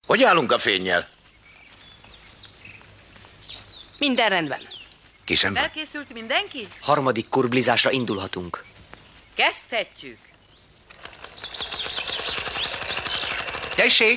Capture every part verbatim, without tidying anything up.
Hogy állunk a fénnyel? Minden rendben. Készen van? Felkészült mindenki? Harmadik kurblizásra indulhatunk. Kezdhetjük. Tessék!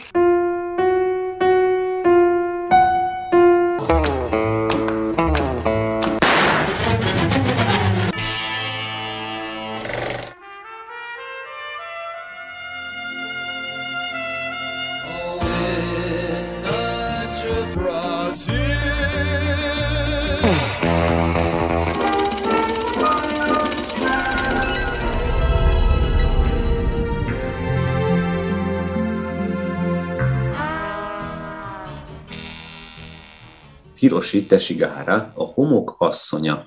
Hiroshi Teshigahara, a homok asszonya.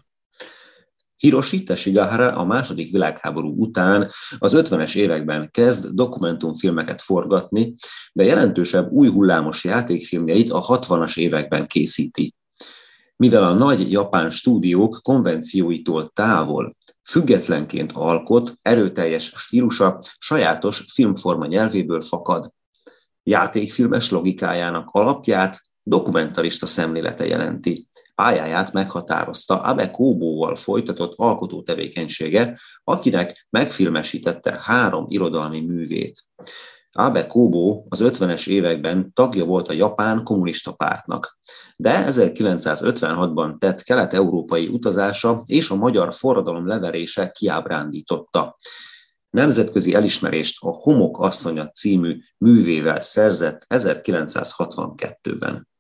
Hiroshi Teshigahara a második világháború után az ötvenes években kezd dokumentumfilmeket forgatni, de jelentősebb új hullámos játékfilmjeit a hatvanas években készíti. Mivel a nagy japán stúdiók konvencióitól távol, függetlenként alkot, erőteljes stílusa sajátos filmforma nyelvéből fakad. Játékfilmes logikájának alapját dokumentarista szemlélete jelenti. Pályáját meghatározta Abe Kóbóval folytatott alkotó tevékenysége, akinek megfilmesítette három irodalmi művét. Abe Kóbó az ötvenes években tagja volt a Japán Kommunista Pártnak, de ezerkilencszázötvenhatban tett kelet-európai utazása és a magyar forradalom leverése kiábrándította. Nemzetközi elismerést a Homok asszonya című művével szerzett ezerkilencszázhatvankettőben.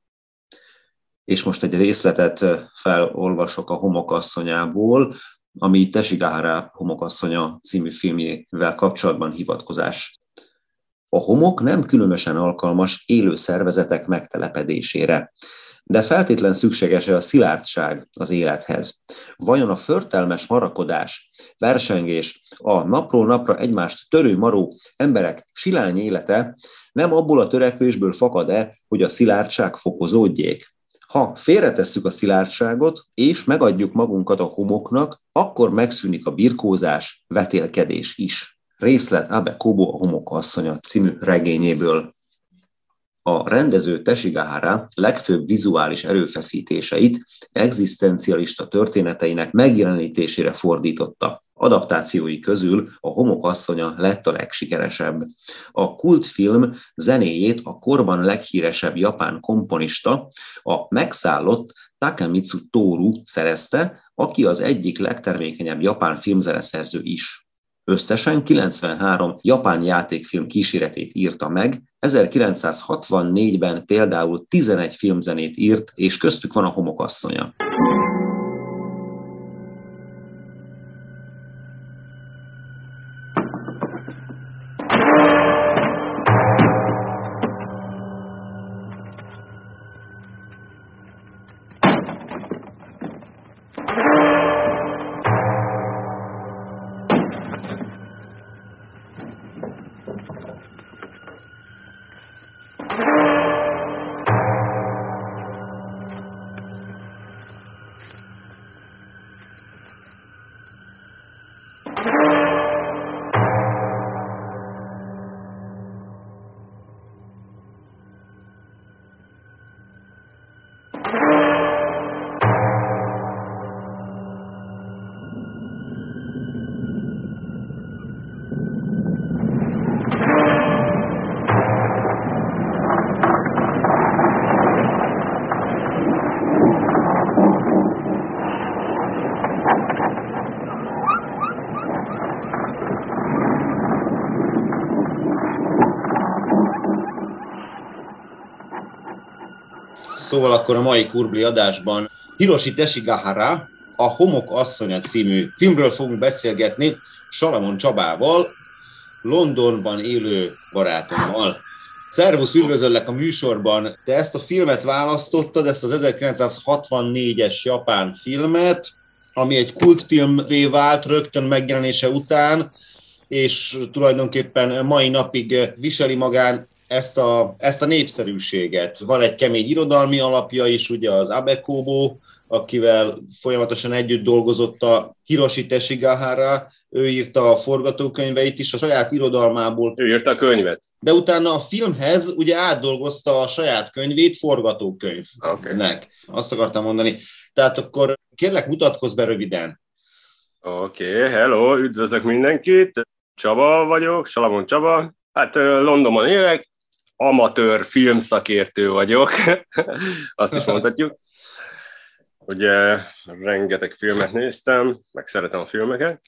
És most egy részletet felolvasok a Homok asszonyából, ami Teshigahara Homok asszonya című filmjével kapcsolatban hivatkozás. A homok nem különösen alkalmas élő szervezetek megtelepedésére, de feltétlen szükséges a szilárdság az élethez. Vajon a förtelmes marakodás, versengés, a napról napra egymást törő-maró emberek silány élete nem abból a törekvésből fakad-e, hogy a szilárdság fokozódjék? Ha félretesszük a szilárdságot, és megadjuk magunkat a homoknak, akkor megszűnik a birkózás, vetélkedés is. Részlet Abe Kóbó a Homok asszonya című regényéből. A rendező Teshigahara legfőbb vizuális erőfeszítéseit egzisztencialista történeteinek megjelenítésére fordította. Adaptációi közül a Homok asszonya lett a legsikeresebb. A kultfilm zenéjét a korban leghíresebb japán komponista, a megszállott Takemitsu Toru szerezte, aki az egyik legtermékenyebb japán filmzeneszerző is. Összesen kilencvenhárom japán játékfilm kíséretét írta meg, ezerkilencszázhatvannégyben például tizenegy filmzenét írt, és köztük van a Homok asszonya. Szóval akkor a mai Kurbli adásban Hiroshi Teshigahara, a Homok asszonya című filmről fogunk beszélgetni Salamon Csabával, Londonban élő barátommal. Szervusz, üdvözöllek a műsorban. Te ezt a filmet választottad, ezt az ezerkilencszázhatvannégyes japán filmet, ami egy kultfilmvé vált rögtön megjelenése után, és tulajdonképpen mai napig viseli magán ezt a, ezt a népszerűséget. Van egy kemény irodalmi alapja is, ugye az Abe Kóbó, akivel folyamatosan együtt dolgozott a Hiroshi Teshigahara, ő írta a forgatókönyveit is, a saját irodalmából. Ő írta a könyvet. De utána a filmhez ugye átdolgozta a saját könyvét forgatókönyvnek. Okay. Azt akartam mondani. Tehát akkor kérlek, mutatkozz be röviden. Oké, okay, hello, üdvözlök mindenkit. Csaba vagyok, Salamon Csaba. Hát Londonban élek, amatőr filmszakértő vagyok. Azt is mondhatjuk. Ugye rengeteg filmet néztem, meg szeretem a filmeket.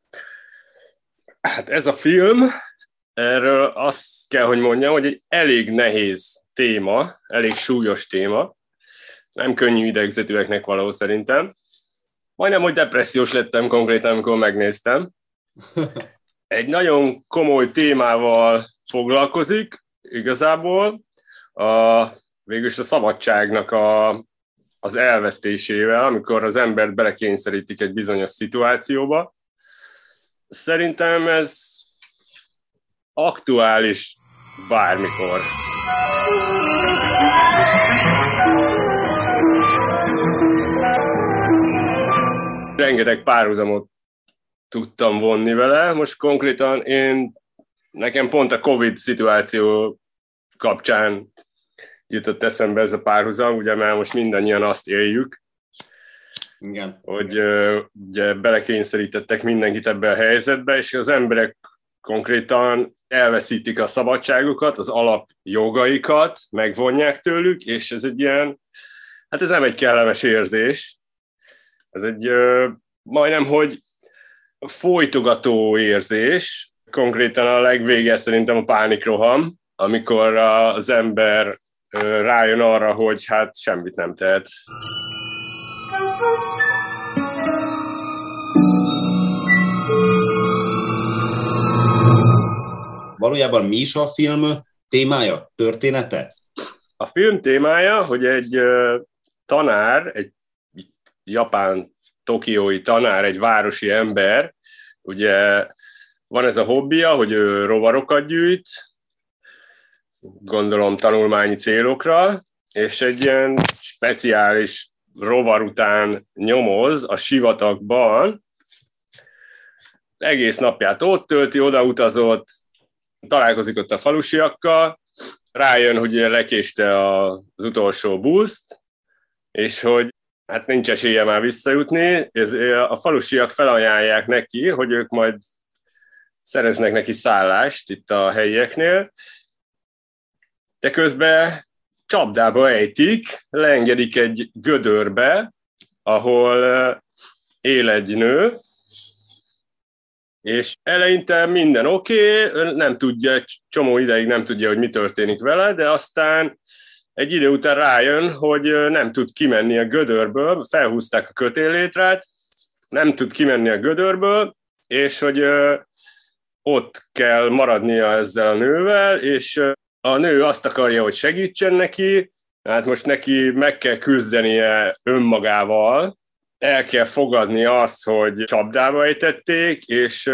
Hát ez a film, erről azt kell, hogy mondjam, hogy egy elég nehéz téma, elég súlyos téma. Nem könnyű idegzetűeknek való szerintem. Majdnem, hogy depressziós lettem konkrétan, amikor megnéztem. Egy nagyon komoly témával foglalkozik igazából, a, végülis a szabadságnak a, az elvesztésével, amikor az embert belekényszerítik egy bizonyos szituációba. Szerintem ez aktuális bármikor. Rengeteg párhuzamot tudtam vonni vele. Most konkrétan én, nekem pont a Covid szituáció kapcsán jutott eszembe ez a párhuzam, ugye már most mindannyian azt éljük, igen, hogy ugye belekényszerítettek mindenkit ebbe a helyzetbe, és az emberek konkrétan elveszítik a szabadságukat, az alapjogaikat, megvonják tőlük, és ez egy ilyen, hát ez nem egy kellemes érzés. Ez egy majdnem, hogy folytogató érzés, konkrétan a legvége szerintem a pánikroham, amikor az ember rájön arra, hogy hát semmit nem tehet. Valójában mi is a film témája, története? A film témája, hogy egy tanár, egy japán tokiói tanár, egy városi ember, ugye van ez a hobbija, hogy ő rovarokat gyűjt, gondolom tanulmányi célokra, és egy ilyen speciális rovar után nyomoz a sivatagban, egész napját ott tölti, odautazott, találkozik ott a falusiakkal, rájön, hogy lekéste az utolsó buszt, és hogy hát nincs esélye már visszajutni, ez, a falusiak felajánlják neki, hogy ők majd szereznek neki szállást itt a helyieknél, de közben csapdába ejtik, leengedik egy gödörbe, ahol él egy nő, és eleinte minden oké, okay, nem tudja, csomó ideig nem tudja, hogy mi történik vele, de aztán egy idő után rájön, hogy nem tud kimenni a gödörből, felhúzták a kötéllétrát, nem tud kimenni a gödörből, és hogy ott kell maradnia ezzel a nővel, és a nő azt akarja, hogy segítsen neki, hát most neki meg kell küzdenie önmagával, el kell fogadni azt, hogy csapdába ejtették, és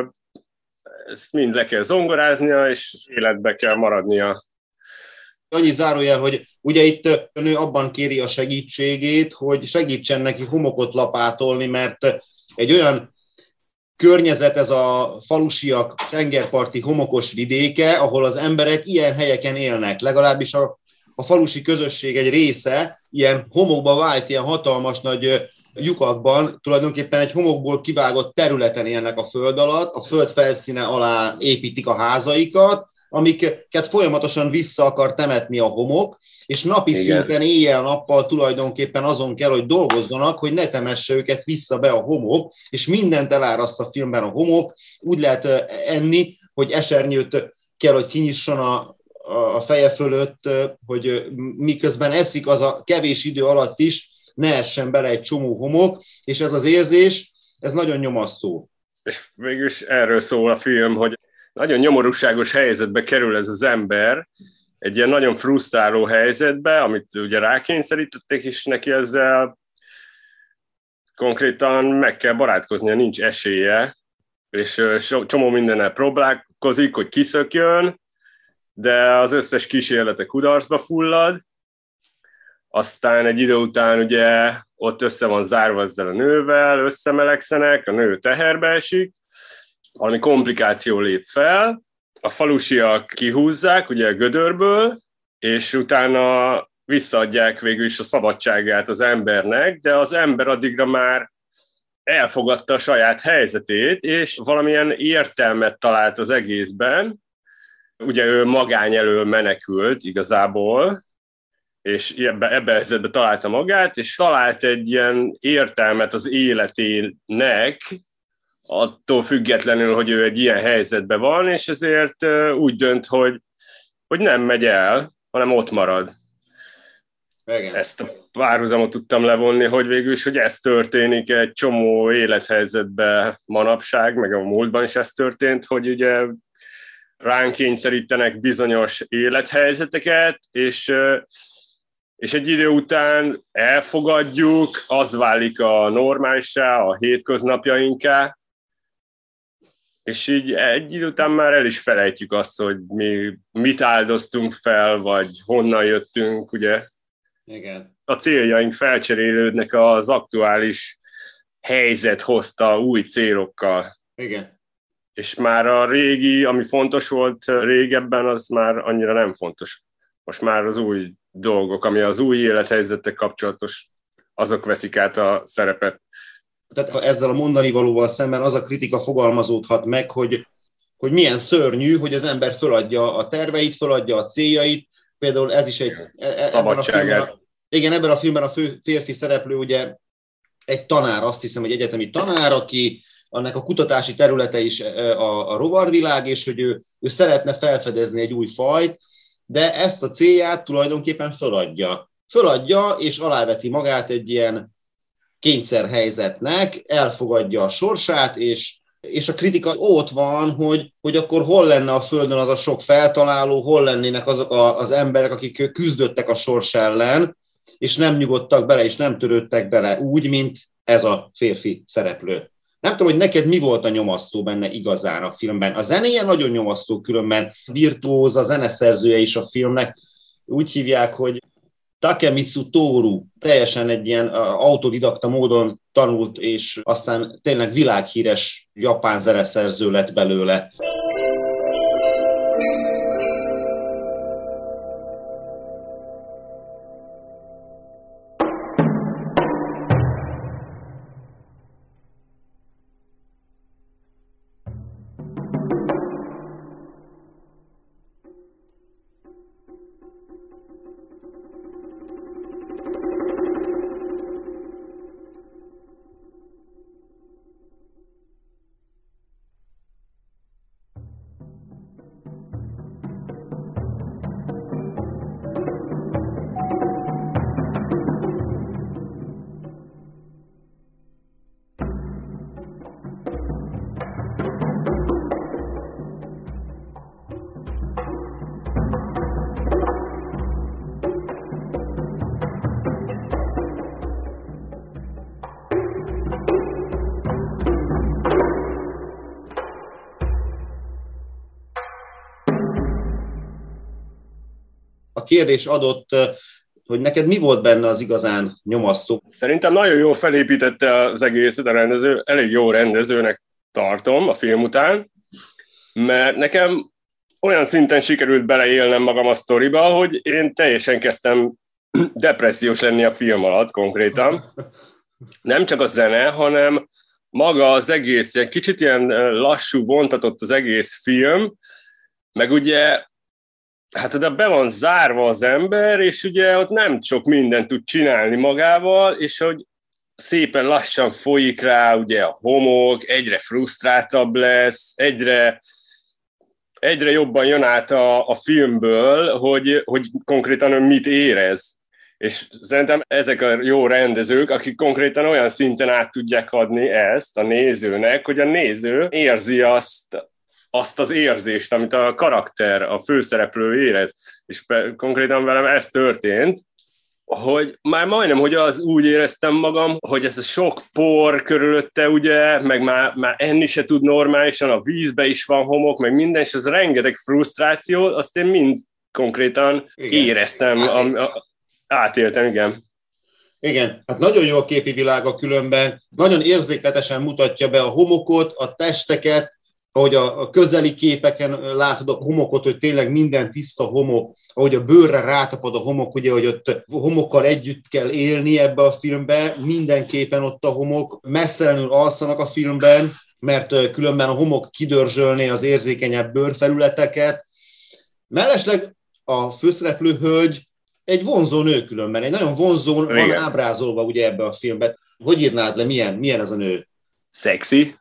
ezt mind le kell zongoráznia, és életbe kell maradnia. Annyi zárójel, hogy ugye itt a nő abban kéri a segítségét, hogy segítsen neki homokot lapátolni, mert egy olyan környezet ez a falusiak tengerparti homokos vidéke, ahol az emberek ilyen helyeken élnek. Legalábbis a, a falusi közösség egy része ilyen homokba vált, ilyen hatalmas nagy lyukakban, tulajdonképpen egy homokból kivágott területen élnek a föld alatt, a föld felszíne alá építik a házaikat, amiket folyamatosan vissza akar temetni a homok, és napi Igen. szinten éjjel-nappal tulajdonképpen azon kell, hogy dolgozzanak, hogy ne temesse őket vissza be a homok, és mindent eláraszt a filmben a homok, úgy lehet enni, hogy esernyőt kell, hogy kinyisson a, a feje fölött, hogy miközben eszik, az a kevés idő alatt is ne essen bele egy csomó homok, és ez az érzés, ez nagyon nyomasztó. És végülis erről szól a film, hogy nagyon nyomorúságos helyzetbe kerül ez az ember, egy ilyen nagyon frusztráló helyzetbe, amit ugye rákényszerítették, és neki ezzel konkrétan meg kell barátkoznia, nincs esélye, és csomó mindennel próbálkozik, hogy kiszökjön, de az összes kísérlete kudarcba fullad, aztán egy idő után ugye ott össze van zárva ezzel a nővel, összemelegszenek, a nő teherbe esik, valami komplikáció lép fel, a falusiak kihúzzák ugye a gödörből, és utána visszaadják végül is a szabadságát az embernek, de az ember addigra már elfogadta a saját helyzetét, és valamilyen értelmet talált az egészben. Ugye ő magány elől menekült igazából, és ebbe, ebbe a helyzetben találta magát, és talált egy ilyen értelmet az életének, attól függetlenül, hogy ő egy ilyen helyzetben van, és ezért úgy dönt, hogy, hogy nem megy el, hanem ott marad. Igen. Ezt a párhuzamot tudtam levonni, hogy végül is, hogy ez történik egy csomó élethelyzetben manapság, meg a múltban is ez történt, hogy ugye ránk kényszerítenek bizonyos élethelyzeteket, és, és egy idő után elfogadjuk, az válik a normálissá, a hétköznapjainká, és így egy idő után már el is felejtjük azt, hogy mi mit áldoztunk fel, vagy honnan jöttünk, ugye? Igen. A céljaink felcserélődnek, az aktuális helyzet hozta új célokkal. Igen. És már a régi, ami fontos volt régebben, az már annyira nem fontos. Most már az új dolgok, ami az új élethelyzettel kapcsolatos, azok veszik át a szerepet. Tehát ha ezzel a mondani valóval szemben az a kritika fogalmazódhat meg, hogy, hogy milyen szörnyű, hogy az ember föladja a terveit, föladja a céljait. Például ez is egy... Ebben a filmben, igen, ebben a filmben a fő férfi szereplő ugye egy tanár, azt hiszem, hogy egyetemi tanár, aki annak a kutatási területe is a, a rovarvilág, és hogy ő, ő szeretne felfedezni egy új fajt, de ezt a célját tulajdonképpen föladja. Föladja, és aláveti magát egy ilyen kényszerhelyzetnek, elfogadja a sorsát, és, és a kritika ott van, hogy, hogy akkor hol lenne a Földön az a sok feltaláló, hol lennének azok a, az emberek, akik küzdöttek a sors ellen, és nem nyugodtak bele, és nem törődtek bele úgy, mint ez a férfi szereplő. Nem tudom, hogy neked mi volt a nyomasztó benne igazán a filmben. A zenéje nagyon nyomasztó, különben virtuóz, a zeneszerzője is a filmnek. Úgy hívják, hogy Takemitsu Toru, teljesen egy ilyen autodidakta módon tanult, és aztán tényleg világhíres japán zeneszerző lett belőle. A kérdés adott, hogy neked mi volt benne az igazán nyomasztó? Szerintem nagyon jól felépítette az egészet a rendező, elég jó rendezőnek tartom a film után, mert nekem olyan szinten sikerült beleélnem magam a sztoriba, hogy én teljesen kezdtem depressziós lenni a film alatt konkrétan. Nem csak a zene, hanem maga az egész, egy kicsit ilyen lassú, vontatott az egész film, meg ugye hát oda be van zárva az ember, és ugye ott nem sok mindent tud csinálni magával, és hogy szépen lassan folyik rá ugye a homok, egyre frusztráltabb lesz, egyre, egyre jobban jön át a, a filmből, hogy, hogy konkrétan ön mit érez. És szerintem ezek a jó rendezők, akik konkrétan olyan szinten át tudják adni ezt a nézőnek, hogy a néző érzi azt, azt az érzést, amit a karakter, a főszereplő érez. És konkrétan velem ez történt, hogy már majdnem, hogy az úgy éreztem magam, hogy ez a sok por körülötte, ugye, meg már, már enni se tud normálisan, a vízbe is van homok, meg minden, és az rengeteg frusztráció, azt én mind konkrétan igen. éreztem, a, a, átéltem, igen. Igen, hát nagyon jó a képi világa különben, nagyon érzékletesen mutatja be a homokot, a testeket, ahogy a, a közeli képeken látod a homokot, hogy tényleg minden tiszta homok, ahogy a bőrre rátapad a homok, ugye, hogy ott homokkal együtt kell élni ebbe a filmbe, mindenképpen ott a homok, mesztelenül alszanak a filmben, mert különben a homok kidörzsölné az érzékenyebb bőrfelületeket. Mellesleg a főszereplő hölgy egy vonzó nő különben, egy nagyon vonzón van Igen. ábrázolva ugye ebbe a filmbe. Hogy írnád le, milyen, milyen ez a nő? Szexi.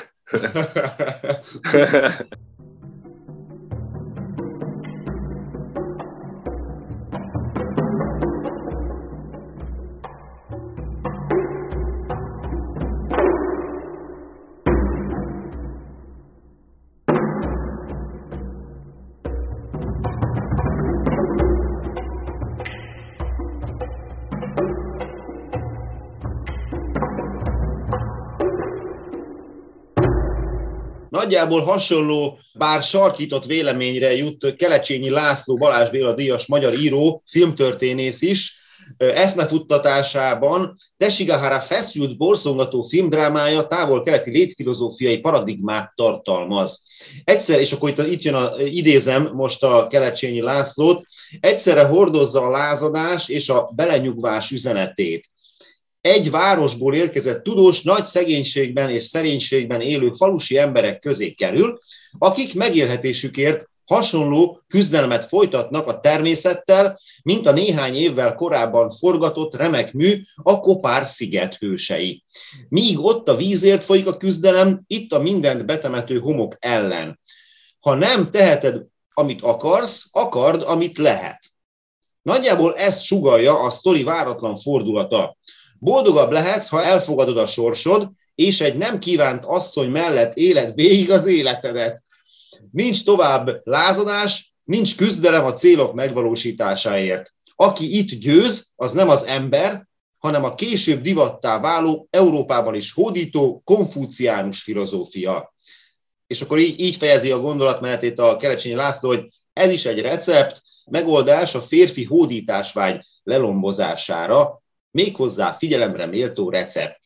Nagyjából hasonló, bár sarkított véleményre jut Kelecsényi László, Balázs Béla díjas magyar író, filmtörténész is, eszmefuttatásában Teshigahara feszült, borzongató filmdrámája távol-keleti létfilozófiai paradigmát tartalmaz. Egyszer, és akkor itt, itt jön a, idézem most a Kelecsényi Lászlót, egyszerre hordozza a lázadás és a belenyugvás üzenetét. Egy városból érkezett tudós nagy szegénységben és szerénységben élő falusi emberek közé kerül, akik megélhetésükért hasonló küzdelmet folytatnak a természettel, mint a néhány évvel korábban forgatott remek mű a Kopár sziget hősei. Míg ott a vízért folyik a küzdelem, itt a mindent betemető homok ellen. Ha nem teheted, amit akarsz, akard, amit lehet. Nagyjából ezt sugallja a sztori váratlan fordulata. Boldogabb lehetsz, ha elfogadod a sorsod, és egy nem kívánt asszony mellett éled végig az életedet. Nincs tovább lázadás, nincs küzdelem a célok megvalósításáért. Aki itt győz, az nem az ember, hanem a később divattá váló, Európában is hódító, konfuciánus filozófia. És akkor így, így fejezi a gondolatmenetét a Kelecsényi László, hogy ez is egy recept, megoldás a férfi hódításvágy lelombozására, méghozzá figyelemre méltó recept.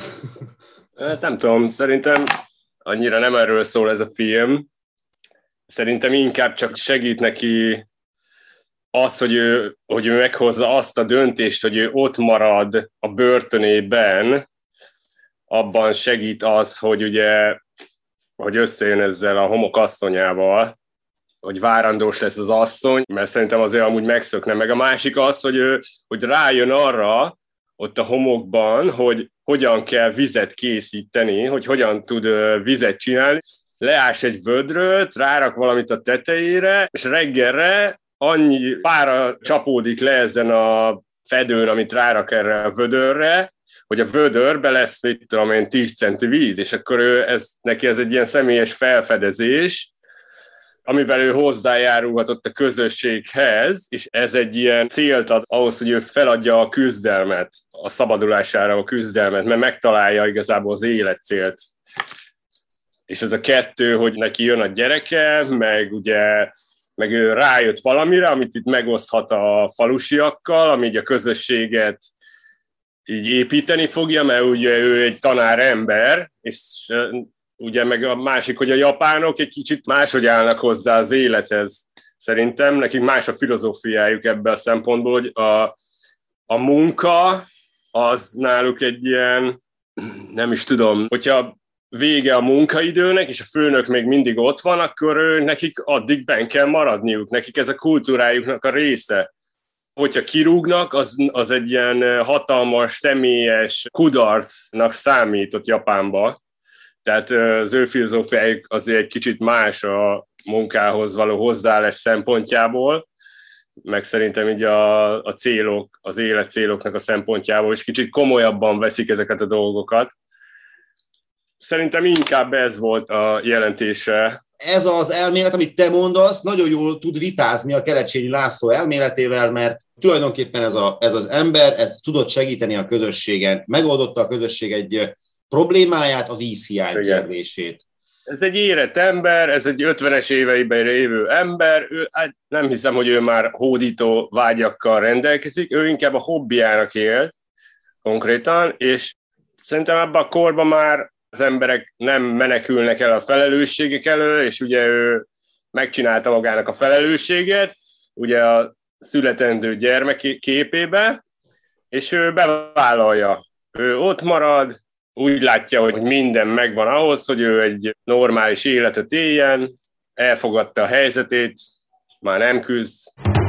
Hát nem tudom, szerintem annyira nem erről szól ez a film. Szerintem inkább csak segít neki az, hogy ő, hogy ő meghozza azt a döntést, hogy ő ott marad a börtönében, abban segít az, hogy ugye, hogy összejön ezzel a homok asszonyával, hogy várandós lesz az asszony, mert szerintem azért amúgy megszökne. Meg a másik az, hogy, ő, hogy rájön arra, ott a homokban, hogy hogyan kell vizet készíteni, hogy hogyan tud vizet csinálni. Leás egy vödröt, rárak valamit a tetejére, és reggelre annyi pára csapódik le ezen a fedőn, amit rárak erre a vödörre, hogy a vödörbe lesz, mit tudom én, tíz centi víz, és akkor ő, ez, neki ez egy ilyen személyes felfedezés, amivel ő hozzájárulhatott a közösséghez, és ez egy ilyen célt ad ahhoz, hogy ő feladja a küzdelmet, a szabadulására a küzdelmet, mert megtalálja igazából az életcélt. És ez a kettő, hogy neki jön a gyereke, meg ugye meg ő rájött valamire, amit itt megoszthat a falusiakkal, ami így a közösséget így építeni fogja, mert ugye ő egy tanárember, és ugye meg a másik, hogy a japánok egy kicsit máshogy állnak hozzá az élethez. Szerintem nekik más a filozófiájuk ebben a szempontból, hogy a, a munka az náluk egy ilyen, nem is tudom, hogyha vége a munkaidőnek, és a főnök még mindig ott van, akkor ő, nekik addig benn kell maradniuk, nekik ez a kultúrájuknak a része. Hogyha kirúgnak, az, az egy ilyen hatalmas, személyes kudarcnak számított Japánba. Tehát az ő filozófiájuk azért egy kicsit más a munkához való hozzáállás szempontjából, meg szerintem így a, a célok, az élet céloknak a szempontjából is kicsit komolyabban veszik ezeket a dolgokat. Szerintem inkább ez volt a jelentése. Ez az elmélet, amit te mondasz, nagyon jól tud vitázni a Kelecsényi László elméletével, mert tulajdonképpen ez, a, ez az ember, ez tudott segíteni a közösségen, megoldotta a közösség egy problémáját, a vízhiány kérdését. Ez egy érett ember, ez egy ötvenes éveiben lévő ember, ő, hát nem hiszem, hogy ő már hódító vágyakkal rendelkezik, ő inkább a hobbiának él konkrétan, és szerintem ebben a korban már az emberek nem menekülnek el a felelősségek elől, és ugye ő megcsinálta magának a felelősséget, ugye a születendő gyermek képébe, és ő bevállalja. Ő ott marad, úgy látja, hogy minden megvan ahhoz, hogy ő egy normális életet éljen, elfogadta a helyzetét, már nem küzd.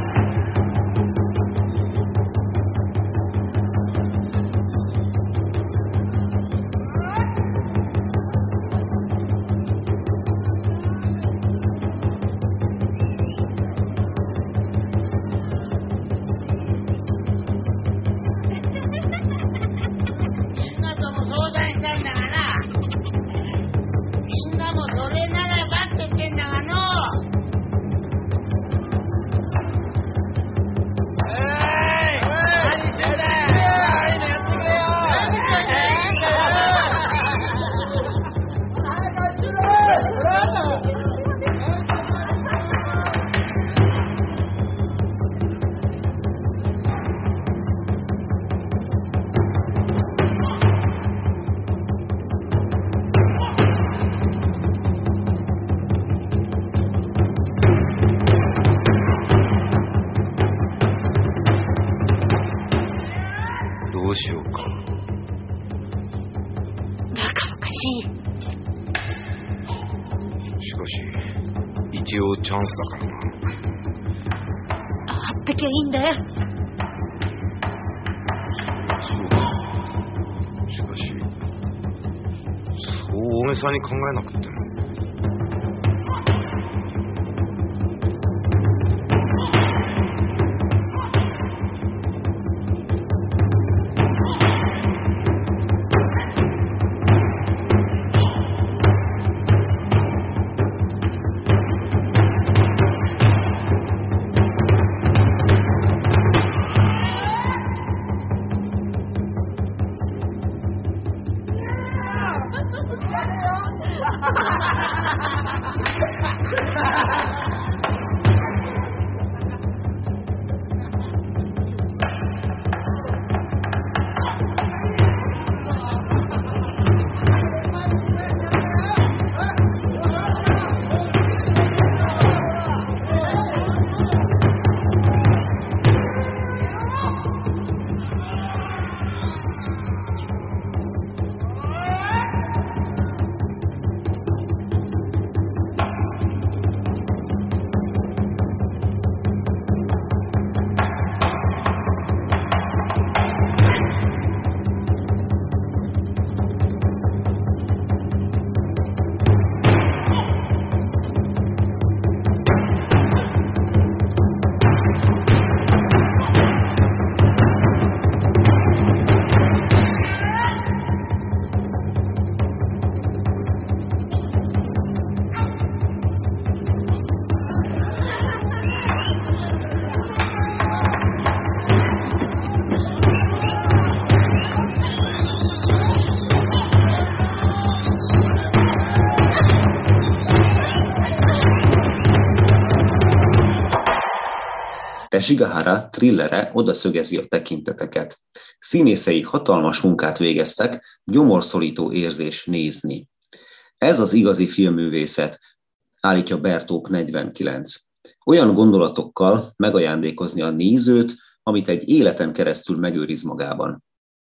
Teshigahara thrillere odaszögezi a tekinteteket. Színészei hatalmas munkát végeztek, gyomorszorító érzés nézni. Ez az igazi filmművészet, állítja Bertók negyvenkilenc. Olyan gondolatokkal megajándékozni a nézőt, amit egy életen keresztül megőriz magában.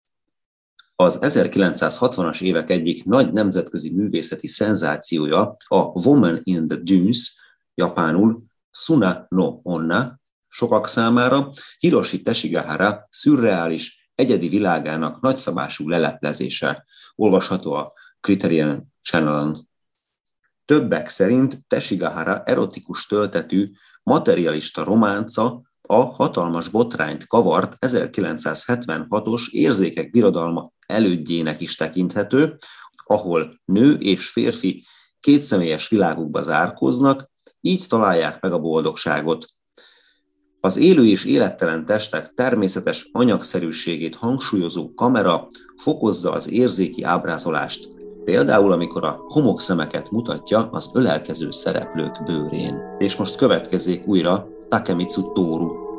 Az ezerkilencszázhatvanas évek egyik nagy nemzetközi művészeti szenzációja a Woman in the Dunes, japánul Suna no Onna, sokak számára Hiroshi Teshigahara szürreális, egyedi világának nagyszabású leleplezése, olvasható a Criterion Channel-on. Többek szerint Teshigahara erotikus töltetű, materialista románca a hatalmas botrányt kavart ezerkilencszázhetvenhatos érzékek birodalma elődjének is tekinthető, ahol nő és férfi kétszemélyes világukba zárkóznak, így találják meg a boldogságot. Az élő és élettelen testek természetes anyagszerűségét hangsúlyozó kamera fokozza az érzéki ábrázolást, például amikor a homokszemeket mutatja az ölelkező szereplők bőrén. És most következzék újra Takemitsu Toru